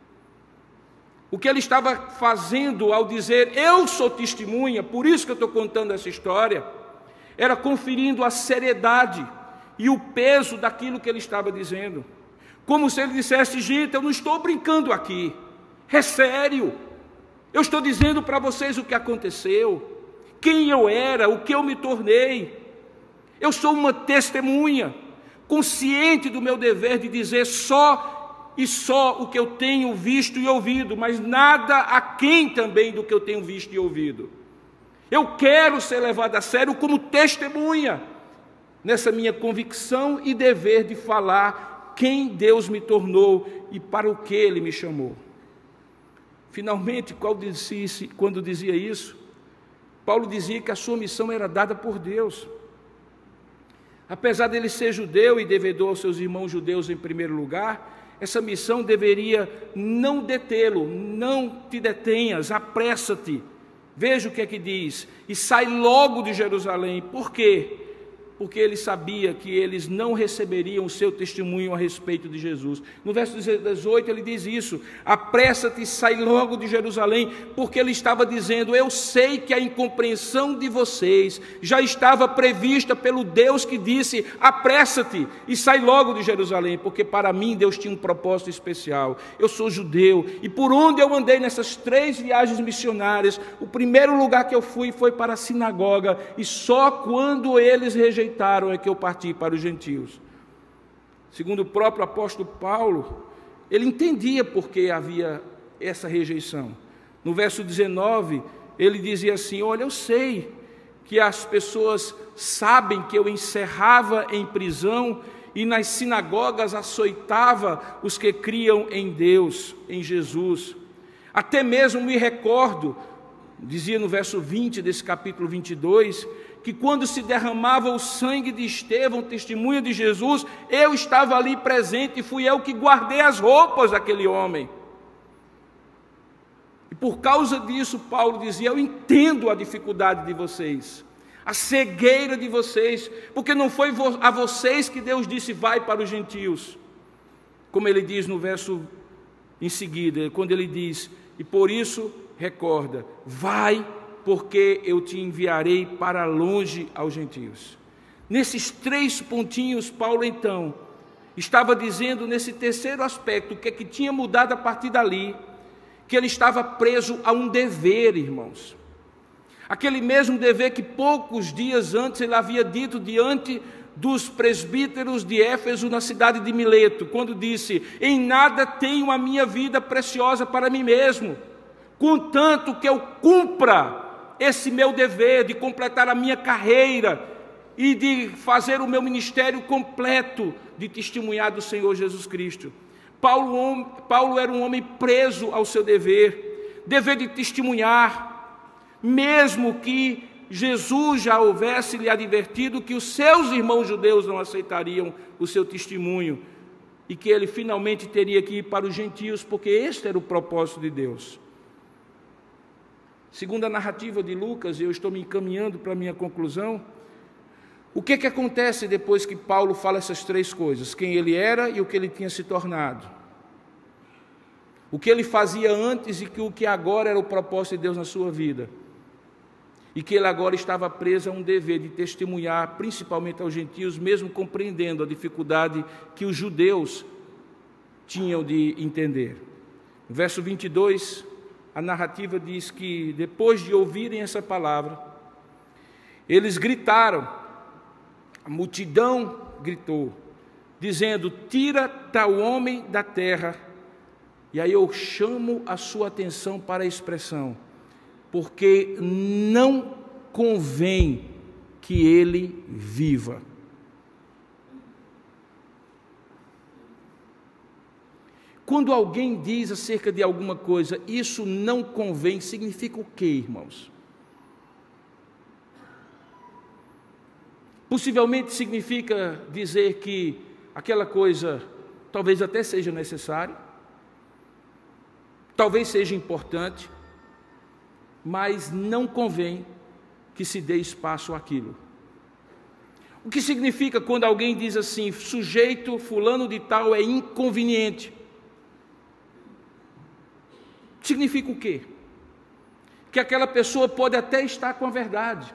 O que ele estava fazendo ao dizer: eu sou testemunha, por isso que eu estou contando essa história, era conferindo a seriedade e o peso daquilo que ele estava dizendo. Como se ele dissesse: gente, eu não estou brincando aqui, é sério. Eu estou dizendo para vocês o que aconteceu, quem eu era, o que eu me tornei. Eu sou uma testemunha, consciente do meu dever de dizer só e só o que eu tenho visto e ouvido, mas nada aquém também do que eu tenho visto e ouvido. Eu quero ser levado a sério como testemunha, nessa minha convicção e dever de falar quem Deus me tornou e para o que Ele me chamou. Finalmente, quando dizia isso, Paulo dizia que a sua missão era dada por Deus. Apesar dele ser judeu e devedor aos seus irmãos judeus em primeiro lugar, essa missão deveria não detê-lo, não te detenhas, apressa-te. Veja o que é que diz, e sai logo de Jerusalém. Por quê? Porque ele sabia que eles não receberiam o seu testemunho a respeito de Jesus. No verso dezoito ele diz isso, apressa-te e sai logo de Jerusalém, porque ele estava dizendo, eu sei que a incompreensão de vocês já estava prevista pelo Deus que disse, apressa-te e sai logo de Jerusalém, porque para mim Deus tinha um propósito especial. Eu sou judeu, e por onde eu andei nessas três viagens missionárias, o primeiro lugar que eu fui foi para a sinagoga, e só quando eles rejeitaram é que eu parti para os gentios. Segundo o próprio apóstolo Paulo, ele entendia por que havia essa rejeição. No verso dezenove, ele dizia assim, olha, eu sei que as pessoas sabem que eu encerrava em prisão e nas sinagogas açoitava os que criam em Deus, em Jesus. Até mesmo me recordo, dizia no verso vinte desse capítulo vinte e dois, que quando se derramava o sangue de Estevão, testemunha de Jesus, eu estava ali presente e fui eu que guardei as roupas daquele homem. E por causa disso, Paulo dizia, eu entendo a dificuldade de vocês, a cegueira de vocês, porque não foi a vocês que Deus disse, vai para os gentios. Como ele diz no verso em seguida, quando ele diz, e por isso, recorda, vai porque eu te enviarei para longe aos gentios. Nesses três pontinhos, Paulo então estava dizendo nesse terceiro aspecto, o que é que tinha mudado a partir dali, que ele estava preso a um dever, irmãos. Aquele mesmo dever que poucos dias antes ele havia dito diante dos presbíteros de Éfeso na cidade de Mileto, quando disse, em nada tenho a minha vida preciosa para mim mesmo, contanto que eu cumpra esse meu dever de completar a minha carreira e de fazer o meu ministério completo de testemunhar do Senhor Jesus Cristo. Paulo, Paulo era um homem preso ao seu dever, dever de testemunhar, mesmo que Jesus já houvesse lhe advertido que os seus irmãos judeus não aceitariam o seu testemunho e que ele finalmente teria que ir para os gentios, porque este era o propósito de Deus. Segundo a narrativa de Lucas, e eu estou me encaminhando para a minha conclusão, o que, que acontece depois que Paulo fala essas três coisas? Quem ele era e o que ele tinha se tornado. O que ele fazia antes e que o que agora era o propósito de Deus na sua vida. E que ele agora estava preso a um dever de testemunhar, principalmente aos gentios, mesmo compreendendo a dificuldade que os judeus tinham de entender. No verso vinte e dois... a narrativa diz que, depois de ouvirem essa palavra, eles gritaram, a multidão gritou, dizendo, tira tal homem da terra. E aí eu chamo a sua atenção para a expressão, porque não convém que ele viva. Quando alguém diz acerca de alguma coisa, isso não convém, significa o quê, irmãos? Possivelmente significa dizer que aquela coisa talvez até seja necessária, talvez seja importante, mas não convém que se dê espaço àquilo. O que significa quando alguém diz assim, sujeito fulano de tal é inconveniente? Significa o quê? Que aquela pessoa pode até estar com a verdade,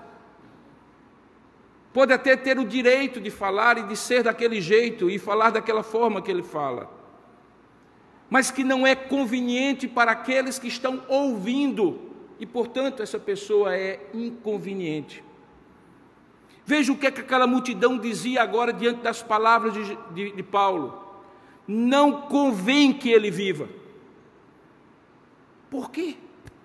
pode até ter o direito de falar e de ser daquele jeito e falar daquela forma que ele fala, mas que não é conveniente para aqueles que estão ouvindo, e portanto essa pessoa é inconveniente. Veja o que, é que aquela multidão dizia agora diante das palavras de, de, de Paulo: não convém que ele viva. Por quê?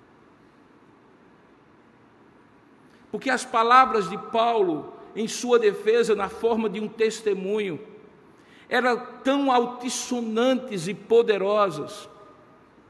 Porque as palavras de Paulo, em sua defesa, na forma de um testemunho, eram tão altissonantes e poderosas,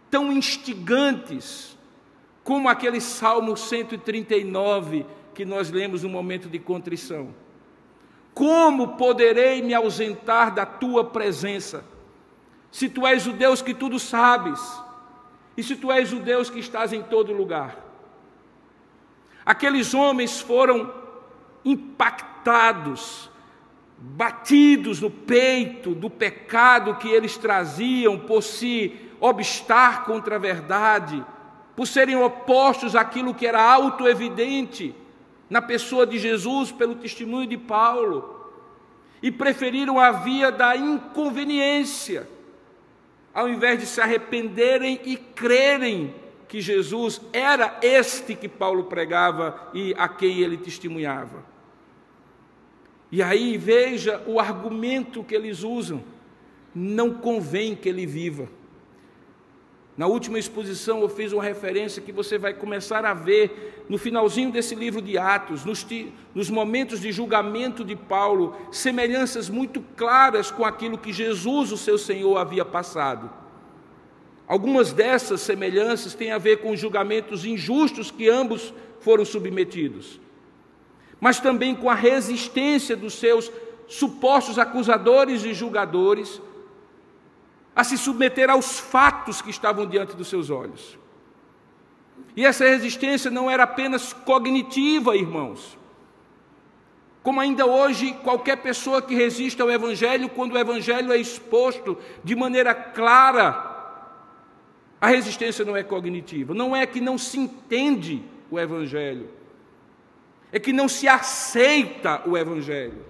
tão instigantes como aquele Salmo cento e trinta e nove que nós lemos no momento de contrição. Como poderei me ausentar da tua presença, se tu és o Deus que tudo sabes, e se tu és o Deus que estás em todo lugar? Aqueles homens foram impactados, batidos no peito do pecado que eles traziam por se obstar contra a verdade, por serem opostos àquilo que era auto-evidente na pessoa de Jesus pelo testemunho de Paulo, e preferiram a via da inconveniência, ao invés de se arrependerem e crerem que Jesus era este que Paulo pregava e a quem ele testemunhava. E aí veja o argumento que eles usam: não convém que ele viva. Na última exposição eu fiz uma referência que você vai começar a ver no finalzinho desse livro de Atos, nos, nos momentos de julgamento de Paulo, semelhanças muito claras com aquilo que Jesus, o seu Senhor, havia passado. Algumas dessas semelhanças têm a ver com os julgamentos injustos que ambos foram submetidos, mas também com a resistência dos seus supostos acusadores e julgadores a se submeter aos fatos que estavam diante dos seus olhos. E essa resistência não era apenas cognitiva, irmãos. Como ainda hoje, qualquer pessoa que resiste ao Evangelho, quando o Evangelho é exposto de maneira clara, a resistência não é cognitiva. Não é que não se entende o Evangelho, é que não se aceita o Evangelho.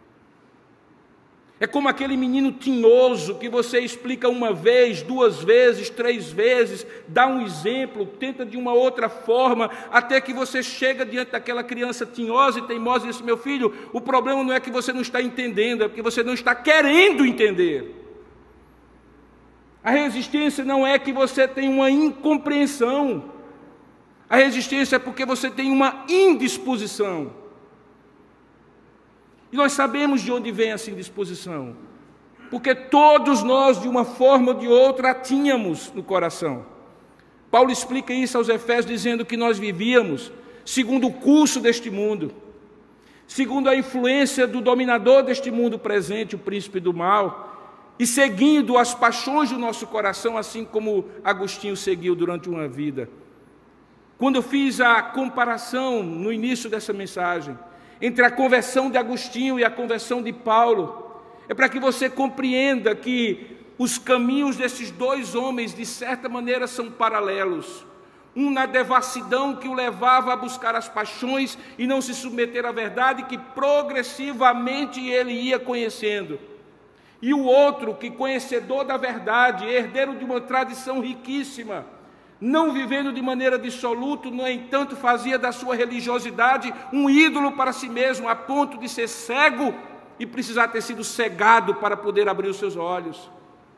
É como aquele menino tinhoso que você explica uma vez, duas vezes, três vezes, dá um exemplo, tenta de uma outra forma, até que você chega diante daquela criança tinhosa e teimosa e diz: meu filho, o problema não é que você não está entendendo, é porque você não está querendo entender. A resistência não é que você tem uma incompreensão, a resistência é porque você tem uma indisposição. E nós sabemos de onde vem essa indisposição, porque todos nós, de uma forma ou de outra, a tínhamos no coração. Paulo explica isso aos Efésios, dizendo que nós vivíamos segundo o curso deste mundo, segundo a influência do dominador deste mundo presente, o príncipe do mal, e seguindo as paixões do nosso coração, assim como Agostinho seguiu durante uma vida. Quando eu fiz a comparação no início dessa mensagem entre a conversão de Agostinho e a conversão de Paulo, é para que você compreenda que os caminhos desses dois homens, de certa maneira, são paralelos. Um na devassidão que o levava a buscar as paixões e não se submeter à verdade, que progressivamente ele ia conhecendo. E o outro que, conhecedor da verdade, herdeiro de uma tradição riquíssima, não vivendo de maneira dissoluta, no entanto, fazia da sua religiosidade um ídolo para si mesmo, a ponto de ser cego e precisar ter sido cegado para poder abrir os seus olhos.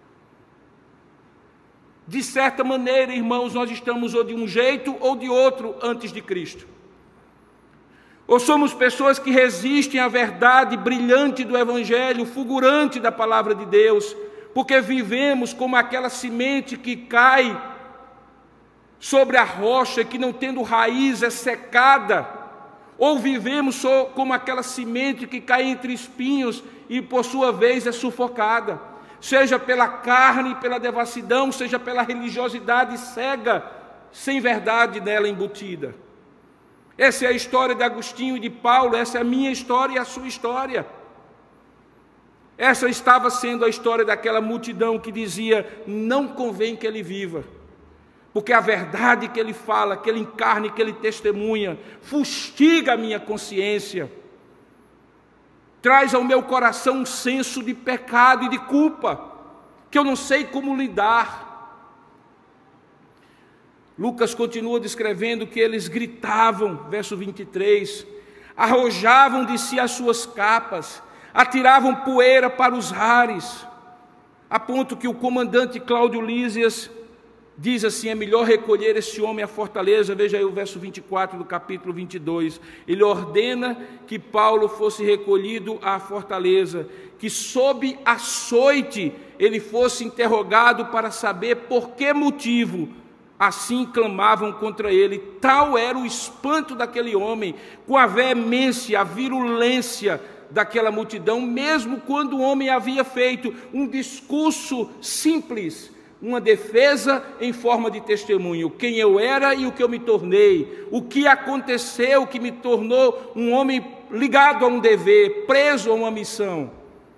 De certa maneira, irmãos, nós estamos ou de um jeito ou de outro antes de Cristo. Ou somos pessoas que resistem à verdade brilhante do Evangelho, fulgurante da palavra de Deus, porque vivemos como aquela semente que cai sobre a rocha e que, não tendo raiz, é secada, ou vivemos como aquela semente que cai entre espinhos e, por sua vez, é sufocada, seja pela carne, pela devassidão, seja pela religiosidade cega, sem verdade nela embutida. Essa é a história de Agostinho e de Paulo, essa é a minha história e a sua história. Essa estava sendo a história daquela multidão que dizia: não convém que ele viva, porque a verdade que ele fala, que ele encarna e que ele testemunha, fustiga a minha consciência, traz ao meu coração um senso de pecado e de culpa, que eu não sei como lidar. Lucas continua descrevendo que eles gritavam, verso vinte e três, arrojavam de si as suas capas, atiravam poeira para os ares, a ponto que o comandante Cláudio Lísias diz assim: é melhor recolher esse homem à fortaleza. Veja aí o verso vinte e quatro do capítulo vinte e dois. Ele ordena que Paulo fosse recolhido à fortaleza, que sob açoite ele fosse interrogado para saber por que motivo assim clamavam contra ele. Tal era o espanto daquele homem, com a veemência, a virulência daquela multidão, mesmo quando o homem havia feito um discurso simples, uma defesa em forma de testemunho: quem eu era e o que eu me tornei, o que aconteceu que me tornou um homem ligado a um dever, preso a uma missão.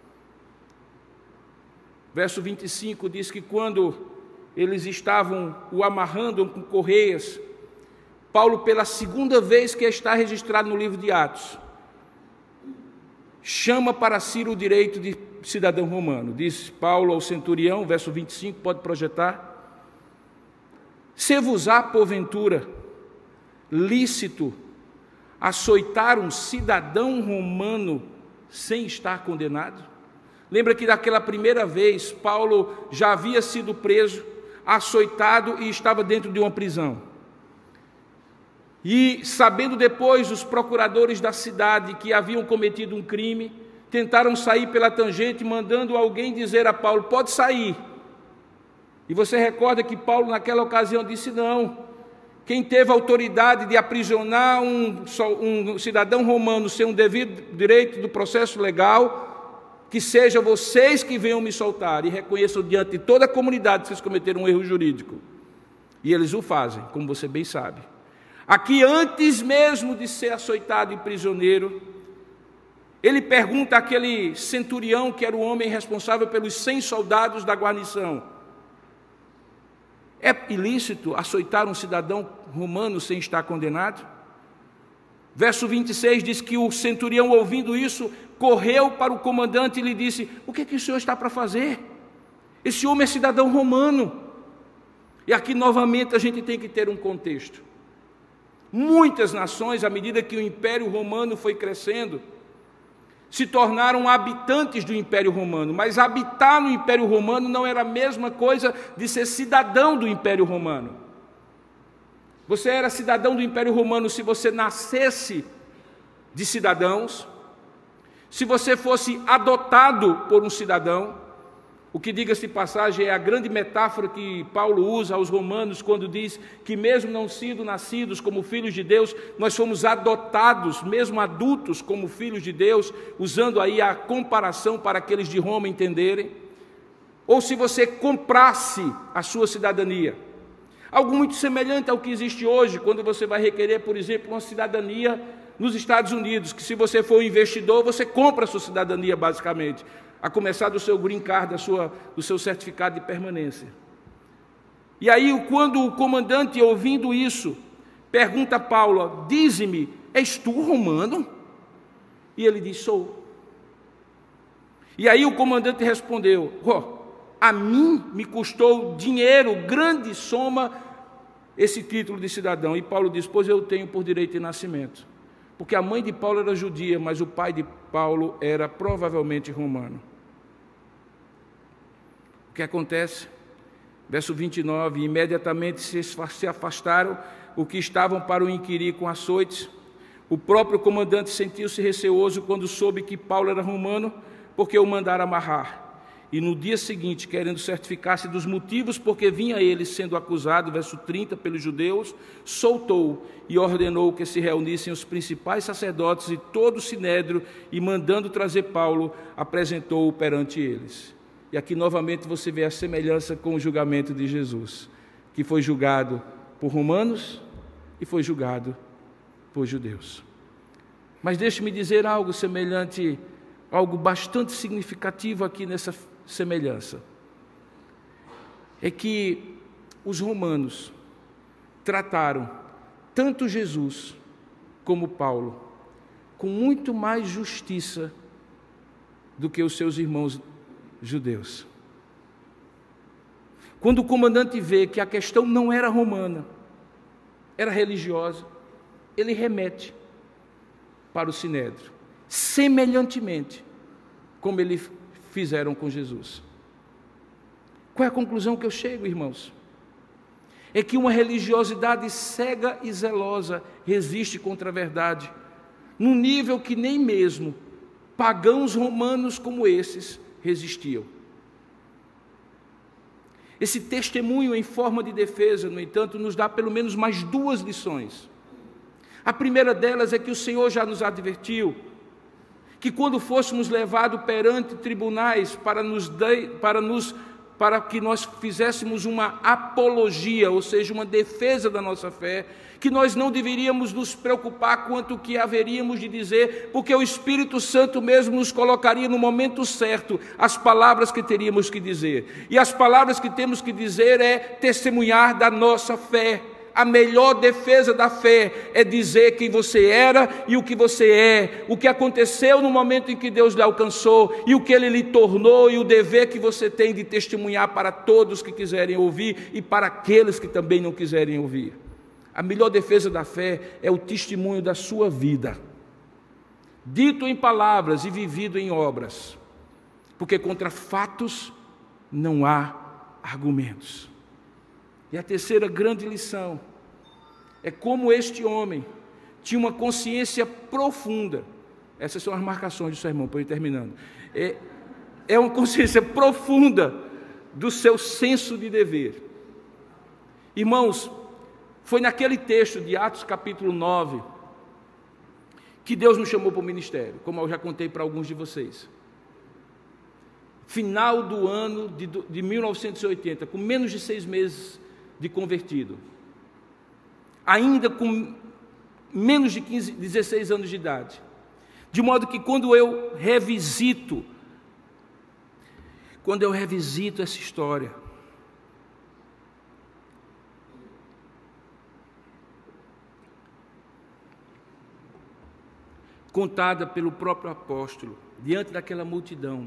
Verso vinte e cinco diz que quando eles estavam o amarrando com correias, Paulo, pela segunda vez que está registrado no livro de Atos, chama para si o direito de cidadão romano. Diz Paulo ao centurião, verso vinte e cinco, pode projetar: se vos há porventura lícito açoitar um cidadão romano sem estar condenado? Lembra que daquela primeira vez Paulo já havia sido preso, açoitado e estava dentro de uma prisão. E sabendo depois os procuradores da cidade que haviam cometido um crime, tentaram sair pela tangente, mandando alguém dizer a Paulo: pode sair. E você recorda que Paulo naquela ocasião disse: não, quem teve autoridade de aprisionar um, um cidadão romano sem um devido direito do processo legal, que seja vocês que venham me soltar e reconheçam diante de toda a comunidade que vocês cometeram um erro jurídico. E eles o fazem, como você bem sabe. Aqui, antes mesmo de ser açoitado e prisioneiro, ele pergunta àquele centurião, que era o homem responsável pelos cem soldados da guarnição: é ilícito açoitar um cidadão romano sem estar condenado? Verso vinte e seis diz que o centurião, ouvindo isso, correu para o comandante e lhe disse: o que é que o senhor está para fazer? Esse homem é cidadão romano. E aqui novamente a gente tem que ter um contexto. Muitas nações, à medida que o Império Romano foi crescendo, se tornaram habitantes do Império Romano, mas habitar no Império Romano não era a mesma coisa de ser cidadão do Império Romano. Você era cidadão do Império Romano se você nascesse de cidadãos, se você fosse adotado por um cidadão, o que, diga-se de passagem, é a grande metáfora que Paulo usa aos romanos quando diz que mesmo não sendo nascidos como filhos de Deus, nós fomos adotados, mesmo adultos, como filhos de Deus, usando aí a comparação para aqueles de Roma entenderem. Ou se você comprasse a sua cidadania. Algo muito semelhante ao que existe hoje, quando você vai requerer, por exemplo, uma cidadania nos Estados Unidos, que se você for um investidor, você compra a sua cidadania, basicamente, a começar do seu green card, da sua, do seu certificado de permanência. E aí, quando o comandante, ouvindo isso, pergunta a Paulo: dize-me, és tu romano? E ele diz: sou. E aí o comandante respondeu: oh, a mim me custou dinheiro, grande soma, esse título de cidadão. E Paulo diz: pois eu tenho por direito de nascimento. Porque a mãe de Paulo era judia, mas o pai de Paulo era provavelmente romano. O que acontece? Verso vinte e nove: imediatamente se afastaram os que estavam para o inquirir com açoites. O próprio comandante sentiu-se receoso quando soube que Paulo era romano, porque o mandaram amarrar. E no dia seguinte, querendo certificar-se dos motivos porque vinha ele sendo acusado, verso trinta, pelos judeus, soltou e ordenou que se reunissem os principais sacerdotes e todo o sinédrio, e mandando trazer Paulo, apresentou-o perante eles. E aqui novamente você vê a semelhança com o julgamento de Jesus, que foi julgado por romanos e foi julgado por judeus. Mas deixe-me dizer algo semelhante, algo bastante significativo aqui nessa semelhança. É que os romanos trataram tanto Jesus como Paulo com muito mais justiça do que os seus irmãos judeus. Quando o comandante vê que a questão não era romana, era religiosa, ele remete para o sinédrio, semelhantemente como ele fizeram com Jesus. Qual é a conclusão que eu chego, irmãos? é que uma religiosidade cega e zelosa resiste contra a verdade, num nível que nem mesmo pagãos romanos como esses resistiam. Esse testemunho em forma de defesa, no entanto, nos dá pelo menos mais duas lições. A primeira delas é que o Senhor já nos advertiu que quando fôssemos levados perante tribunais para nos, de, para nos para que nós fizéssemos uma apologia, ou seja, uma defesa da nossa fé, que nós não deveríamos nos preocupar quanto o que haveríamos de dizer, porque o Espírito Santo mesmo nos colocaria no momento certo as palavras que teríamos que dizer. E as palavras que temos que dizer é testemunhar da nossa fé. A melhor defesa da fé é dizer quem você era e o que você é, o que aconteceu no momento em que Deus lhe alcançou e o que Ele lhe tornou e o dever que você tem de testemunhar para todos que quiserem ouvir e para aqueles que também não quiserem ouvir. A melhor defesa da fé é o testemunho da sua vida, dito em palavras e vivido em obras, porque contra fatos não há argumentos. E a terceira grande lição é como este homem tinha uma consciência profunda. Essas são as marcações do sermão, para eu ir terminando. É, é uma consciência profunda do seu senso de dever. Irmãos, foi naquele texto de Atos capítulo nove que Deus nos chamou para o ministério, como eu já contei para alguns de vocês. Final do ano de, de mil novecentos e oitenta, com menos de seis meses de convertido, ainda com menos de quinze, dezesseis anos de idade, de modo que quando eu revisito, quando eu revisito essa história, contada pelo próprio apóstolo, diante daquela multidão,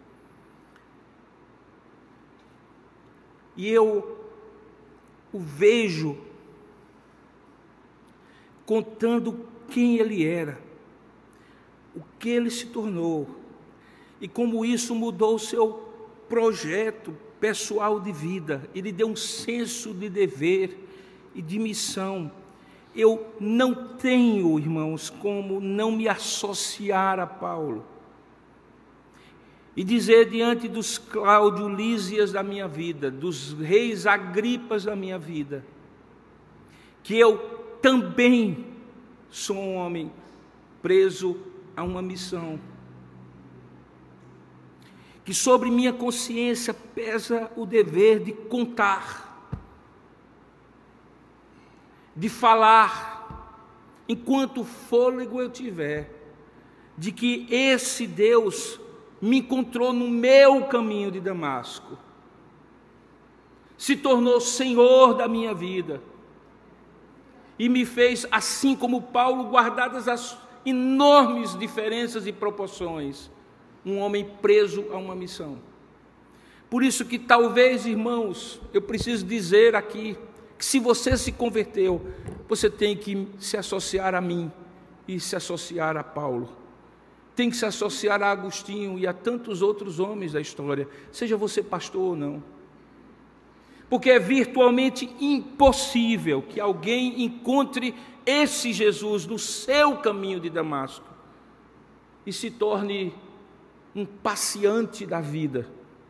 e eu o vejo contando quem ele era, o que ele se tornou e como isso mudou o seu projeto pessoal de vida. Ele deu um senso de dever e de missão. Eu não tenho, irmãos, como não me associar a Paulo e dizer diante dos Cláudio Lísias da minha vida, dos reis Agripas da minha vida, que eu também sou um homem preso a uma missão, que sobre minha consciência pesa o dever de contar, de falar, enquanto fôlego eu tiver, de que esse Deus me encontrou no meu caminho de Damasco, se tornou Senhor da minha vida e me fez, assim como Paulo, guardadas as enormes diferenças e proporções, um homem preso a uma missão. Por isso que talvez, irmãos, eu preciso dizer aqui, que se você se converteu, você tem que se associar a mim e se associar a Paulo. Tem que se associar a Agostinho e a tantos outros homens da história, seja você pastor ou não. Porque é virtualmente impossível que alguém encontre esse Jesus no seu caminho de Damasco e se torne um passeante da vida,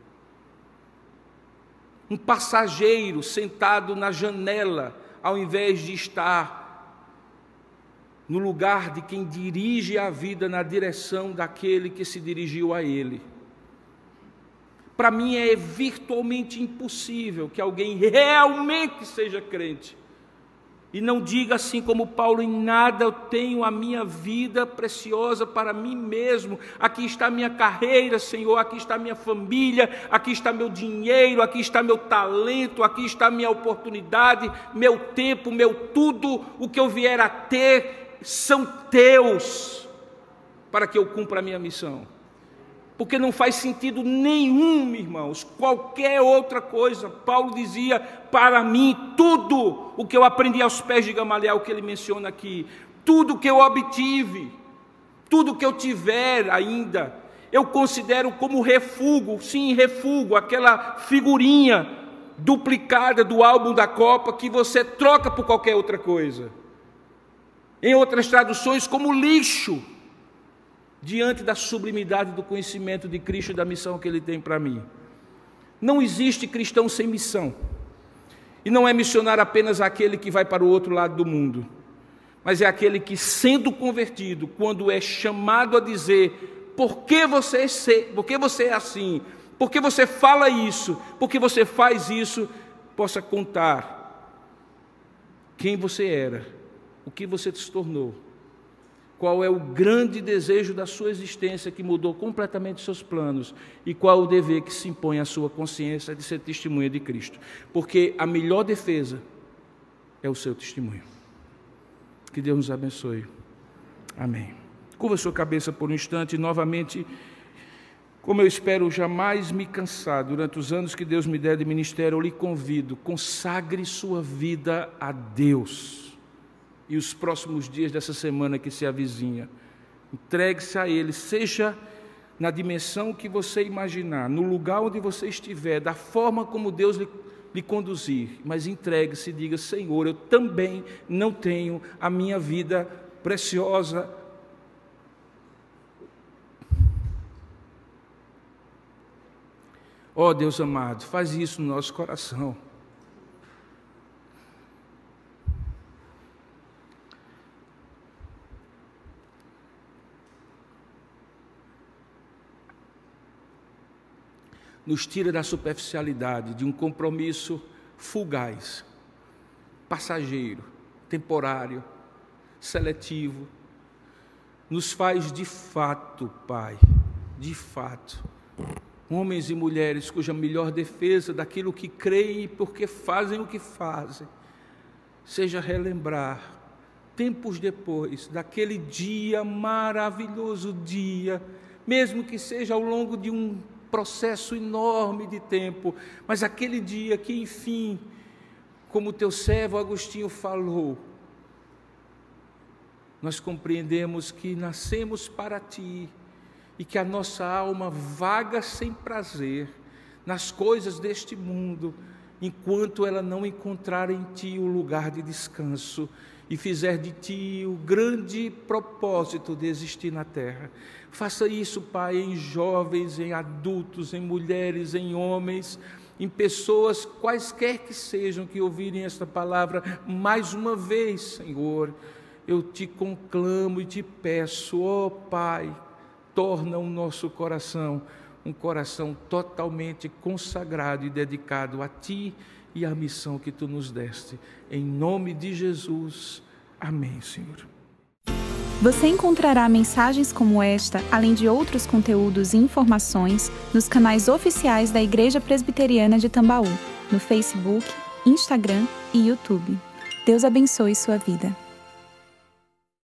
um passageiro sentado na janela, ao invés de estar no lugar de quem dirige a vida na direção daquele que se dirigiu a ele. Para mim é virtualmente impossível que alguém realmente seja crente e não diga assim como Paulo: em nada eu tenho a minha vida preciosa para mim mesmo, aqui está minha carreira, Senhor, aqui está minha família, aqui está meu dinheiro, aqui está meu talento, aqui está minha oportunidade, meu tempo, meu tudo, o que eu vier a ter são teus, para que eu cumpra a minha missão. Porque não faz sentido nenhum, irmãos, qualquer outra coisa. Paulo dizia: para mim, tudo o que eu aprendi aos pés de Gamaliel, que ele menciona aqui, tudo que eu obtive, tudo que eu tiver ainda, eu considero como refúgio, sim, refúgio, aquela figurinha duplicada do álbum da Copa que você troca por qualquer outra coisa. Em outras traduções, como lixo, diante da sublimidade do conhecimento de Cristo e da missão que Ele tem para mim. Não existe cristão sem missão. E não é missionário apenas aquele que vai para o outro lado do mundo, mas é aquele que, sendo convertido, quando é chamado a dizer por que você é, por que você é assim, por que você fala isso, por que você faz isso, possa contar quem você era, o que você se tornou, qual é o grande desejo da sua existência que mudou completamente os seus planos e qual é o dever que se impõe à sua consciência de ser testemunha de Cristo. Porque a melhor defesa é o seu testemunho. Que Deus nos abençoe. Amém. Curva sua cabeça por um instante e novamente, como eu espero jamais me cansar durante os anos que Deus me der de ministério, eu lhe convido, consagre sua vida a Deus. E os próximos dias dessa semana que se avizinha, entregue-se a Ele, seja na dimensão que você imaginar, no lugar onde você estiver, da forma como Deus lhe, lhe conduzir, mas entregue-se e diga: Senhor, eu também não tenho a minha vida preciosa. Ó oh, Deus amado, faz isso no nosso coração. Nos tira da superficialidade de um compromisso fugaz, passageiro, temporário, seletivo. Nos faz de fato, Pai, de fato, homens e mulheres cuja melhor defesa daquilo que creem e porque fazem o que fazem, seja relembrar, tempos depois, daquele dia, maravilhoso dia, mesmo que seja ao longo de um processo enorme de tempo, mas aquele dia que, enfim, como o teu servo Agostinho falou, nós compreendemos que nascemos para ti e que a nossa alma vaga sem prazer nas coisas deste mundo, enquanto ela não encontrar em ti o lugar de descanso e fizer de ti o grande propósito de existir na terra. Faça isso, Pai, em jovens, em adultos, em mulheres, em homens, em pessoas quaisquer que sejam que ouvirem esta palavra mais uma vez, Senhor. Eu te conclamo e te peço, ó Pai, torna o nosso coração um coração totalmente consagrado e dedicado a Ti e à missão que Tu nos deste. Em nome de Jesus. Amém, Senhor. Você encontrará mensagens como esta, além de outros conteúdos e informações, nos canais oficiais da Igreja Presbiteriana de Tambaú, no Facebook, Instagram e YouTube. Deus abençoe sua vida.